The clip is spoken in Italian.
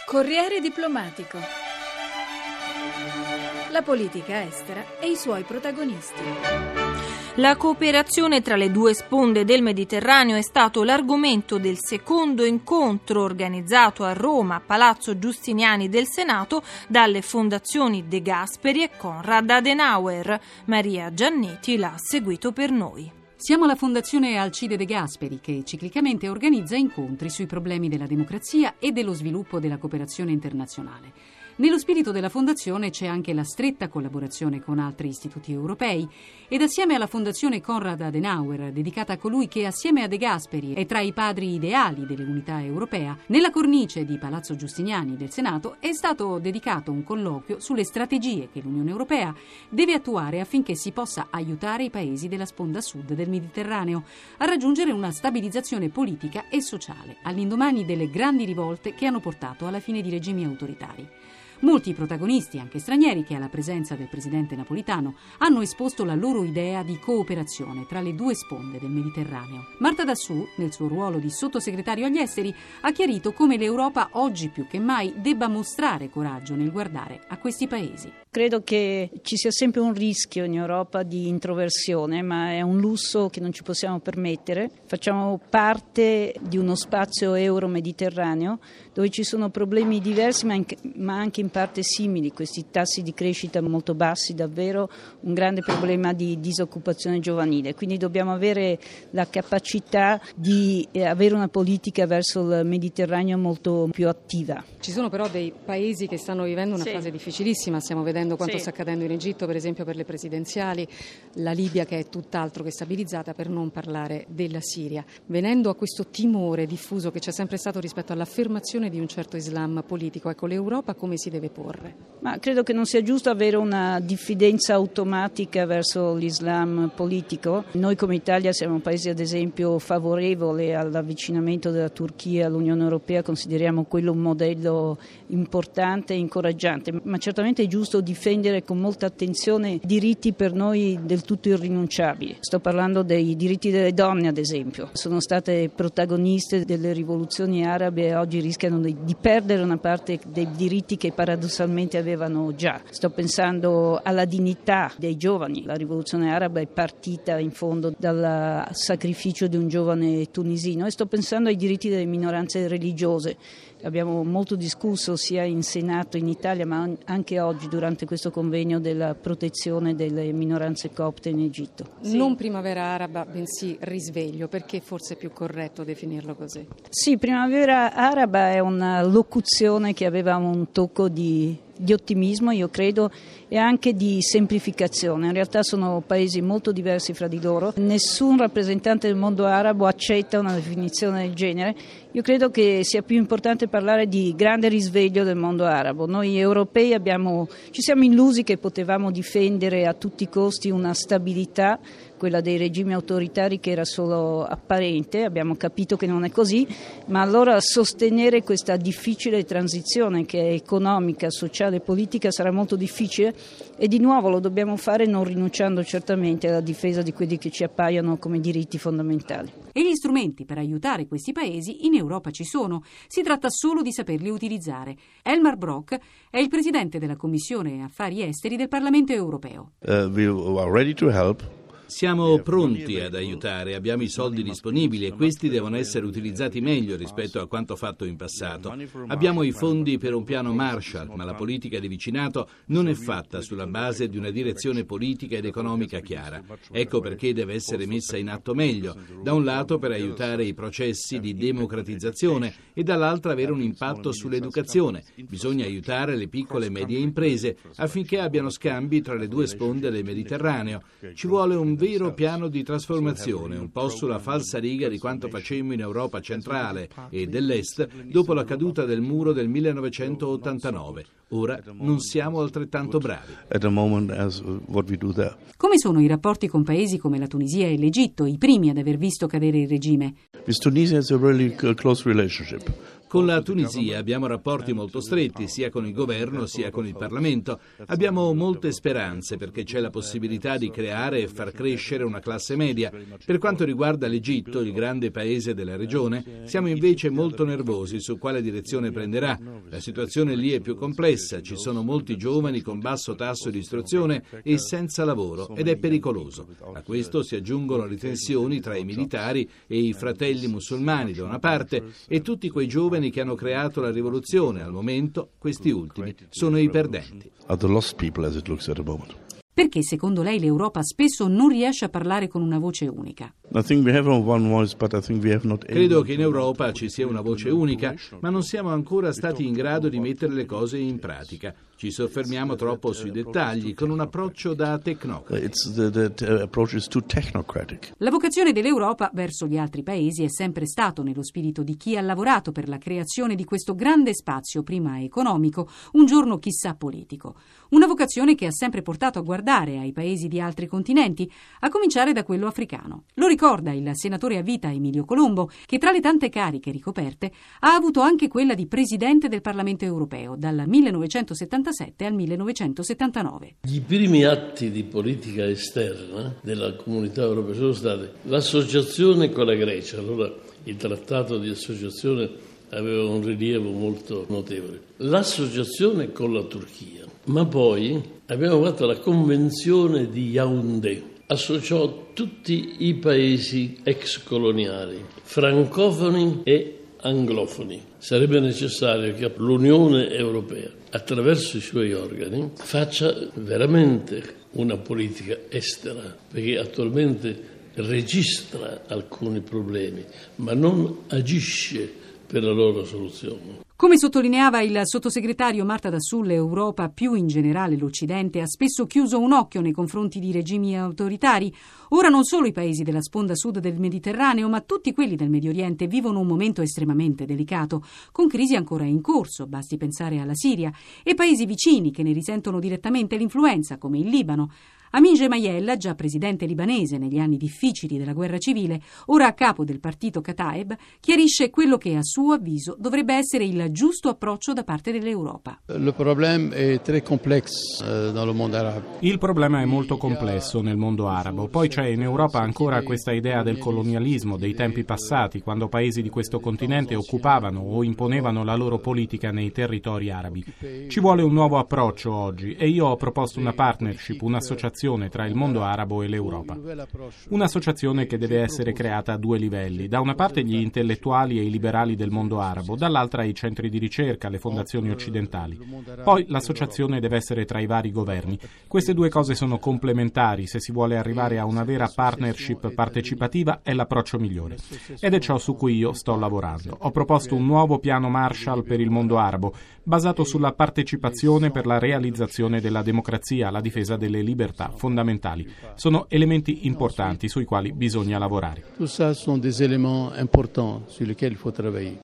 Corriere diplomatico. La politica estera e i suoi protagonisti. La cooperazione tra le due sponde del Mediterraneo è stato l'argomento del secondo incontro organizzato a Roma, Palazzo Giustiniani del Senato, dalle fondazioni De Gasperi e Konrad Adenauer. Maria Giannetti l'ha seguito per noi. Siamo la Fondazione Alcide De Gasperi, che ciclicamente organizza incontri sui problemi della democrazia e dello sviluppo della cooperazione internazionale. Nello spirito della Fondazione c'è anche la stretta collaborazione con altri istituti europei ed assieme alla Fondazione Konrad Adenauer, dedicata a colui che assieme a De Gasperi è tra i padri ideali dell'unità europea, nella cornice di Palazzo Giustiniani del Senato è stato dedicato un colloquio sulle strategie che l'Unione Europea deve attuare affinché si possa aiutare i paesi della sponda sud del Mediterraneo a raggiungere una stabilizzazione politica e sociale, all'indomani delle grandi rivolte che hanno portato alla fine di regimi autoritari. Molti protagonisti, anche stranieri, che alla presenza del presidente Napolitano hanno esposto la loro idea di cooperazione tra le due sponde del Mediterraneo. Marta Dassù, nel suo ruolo di sottosegretario agli esteri, ha chiarito come l'Europa oggi più che mai debba mostrare coraggio nel guardare a questi paesi. Credo che ci sia sempre un rischio in Europa di introversione, ma è un lusso che non ci possiamo permettere. Facciamo parte di uno spazio euro-mediterraneo dove ci sono problemi diversi ma anche in parte simili, questi tassi di crescita molto bassi, davvero un grande problema di disoccupazione giovanile. Quindi dobbiamo avere la capacità di avere una politica verso il Mediterraneo molto più attiva. Ci sono però dei paesi che stanno vivendo una fase difficilissima, stiamo vedendo quanto sta accadendo in Egitto, per esempio per le presidenziali, la Libia che è tutt'altro che stabilizzata, per non parlare della Siria. Venendo a questo timore diffuso che c'è sempre stato rispetto all'affermazione di un certo Islam politico, ecco, l'Europa come si deve porre? Ma credo che non sia giusto avere una diffidenza automatica verso l'Islam politico. Noi come Italia siamo un paese ad esempio favorevole all'avvicinamento della Turchia all'Unione Europea, consideriamo quello un modello importante e incoraggiante, ma certamente è giusto difendere con molta attenzione diritti per noi del tutto irrinunciabili. Sto parlando dei diritti delle donne ad esempio, sono state protagoniste delle rivoluzioni arabe e oggi rischiano di perdere una parte dei diritti che paradossalmente avevano già. Sto pensando alla dignità dei giovani. La rivoluzione araba è partita in fondo dal sacrificio di un giovane tunisino e sto pensando ai diritti delle minoranze religiose. Abbiamo molto discusso sia in Senato in Italia ma anche oggi durante questo convegno della protezione delle minoranze copte in Egitto. Sì. Non primavera araba bensì risveglio, perché forse è più corretto definirlo così? Sì, primavera araba è una locuzione che aveva un tocco di ottimismo, io credo, e anche di semplificazione. In realtà sono paesi molto diversi fra di loro. Nessun rappresentante del mondo arabo accetta una definizione del genere. Io credo che sia più importante parlare di grande risveglio del mondo arabo. Noi europei ci siamo illusi che potevamo difendere a tutti i costi una stabilità, quella dei regimi autoritari che era solo apparente, abbiamo capito che non è così, ma allora sostenere questa difficile transizione che è economica, sociale e politica sarà molto difficile e di nuovo lo dobbiamo fare non rinunciando certamente alla difesa di quelli che ci appaiono come diritti fondamentali. E gli strumenti per aiutare questi paesi in Europa ci sono, si tratta solo di saperli utilizzare. Elmar Brok è il presidente della Commissione Affari Esteri del Parlamento Europeo. We are ready to help. Siamo pronti ad aiutare, abbiamo i soldi disponibili e questi devono essere utilizzati meglio rispetto a quanto fatto in passato. Abbiamo i fondi per un piano Marshall, ma la politica di vicinato non è fatta sulla base di una direzione politica ed economica chiara. Ecco perché deve essere messa in atto meglio, da un lato per aiutare i processi di democratizzazione e dall'altro avere un impatto sull'educazione. Bisogna aiutare le piccole e medie imprese affinché abbiano scambi tra le due sponde del Mediterraneo. Ci vuole un vero piano di trasformazione, un po' sulla falsariga di quanto facemmo in Europa centrale e dell'Est dopo la caduta del muro del 1989. Ora non siamo altrettanto bravi. Come sono i rapporti con paesi come la Tunisia e l'Egitto, i primi ad aver visto cadere il regime? With Tunisia it's a really close relationship. Con la Tunisia abbiamo rapporti molto stretti, sia con il governo sia con il Parlamento. Abbiamo molte speranze perché c'è la possibilità di creare e far crescere una classe media. Per quanto riguarda l'Egitto, il grande paese della regione, siamo invece molto nervosi su quale direzione prenderà. La situazione lì è più complessa, ci sono molti giovani con basso tasso di istruzione e senza lavoro ed è pericoloso. A questo si aggiungono le tensioni tra i militari e i fratelli musulmani da una parte e tutti quei giovani che hanno creato la rivoluzione. Al momento questi ultimi sono i perdenti. Perché secondo lei l'Europa spesso non riesce a parlare con una voce unica? Credo che in Europa ci sia una voce unica, ma non siamo ancora stati in grado di mettere le cose in pratica. Ci soffermiamo troppo sui dettagli, con un approccio da tecnocrati. La vocazione dell'Europa verso gli altri paesi è sempre stato nello spirito di chi ha lavorato per la creazione di questo grande spazio, prima economico, un giorno chissà politico. Una vocazione che ha sempre portato a guardare ai paesi di altri continenti, a cominciare da quello africano. Lo ricorda il senatore a vita Emilio Colombo, che tra le tante cariche ricoperte ha avuto anche quella di presidente del Parlamento europeo dal 1977 al 1979. I primi atti di politica esterna della Comunità Europea sono stati l'associazione con la Grecia. Allora il trattato di associazione aveva un rilievo molto notevole. L'associazione con la Turchia, ma poi abbiamo fatto la convenzione di Yaoundé, associò tutti i paesi ex coloniali, francofoni e anglofoni. Sarebbe necessario che l'Unione Europea, attraverso i suoi organi, faccia veramente una politica estera, perché attualmente registra alcuni problemi, ma non agisce per la loro soluzione. Come sottolineava il sottosegretario Marta Dasul, l'Europa, più in generale l'Occidente, ha spesso chiuso un occhio nei confronti di regimi autoritari. Ora non solo i paesi della sponda sud del Mediterraneo, ma tutti quelli del Medio Oriente vivono un momento estremamente delicato, con crisi ancora in corso, basti pensare alla Siria, e paesi vicini che ne risentono direttamente l'influenza, come il Libano. Amin Gemayel, già presidente libanese negli anni difficili della guerra civile, ora a capo del partito Kataeb, chiarisce quello che a suo avviso dovrebbe essere il giusto approccio da parte dell'Europa. Il problema è molto complesso nel mondo arabo. Poi c'è in Europa ancora questa idea del colonialismo dei tempi passati, quando paesi di questo continente occupavano o imponevano la loro politica nei territori arabi. Ci vuole un nuovo approccio oggi e io ho proposto una partnership, un'associazione tra il mondo arabo e l'Europa. Un'associazione che deve essere creata a due livelli: da una parte gli intellettuali e i liberali del mondo arabo, dall'altra i centri di ricerca, le fondazioni occidentali. Poi l'associazione deve essere tra i vari governi. Queste due cose sono complementari. Se si vuole arrivare a una vera partnership partecipativa è l'approccio migliore. Ed è ciò su cui io sto lavorando. Ho proposto un nuovo piano Marshall per il mondo arabo, basato sulla partecipazione per la realizzazione della democrazia, la difesa delle libertà fondamentali. Sono elementi importanti sui quali bisogna lavorare. Tout ça sont des éléments importants sur lesquels il faut travailler.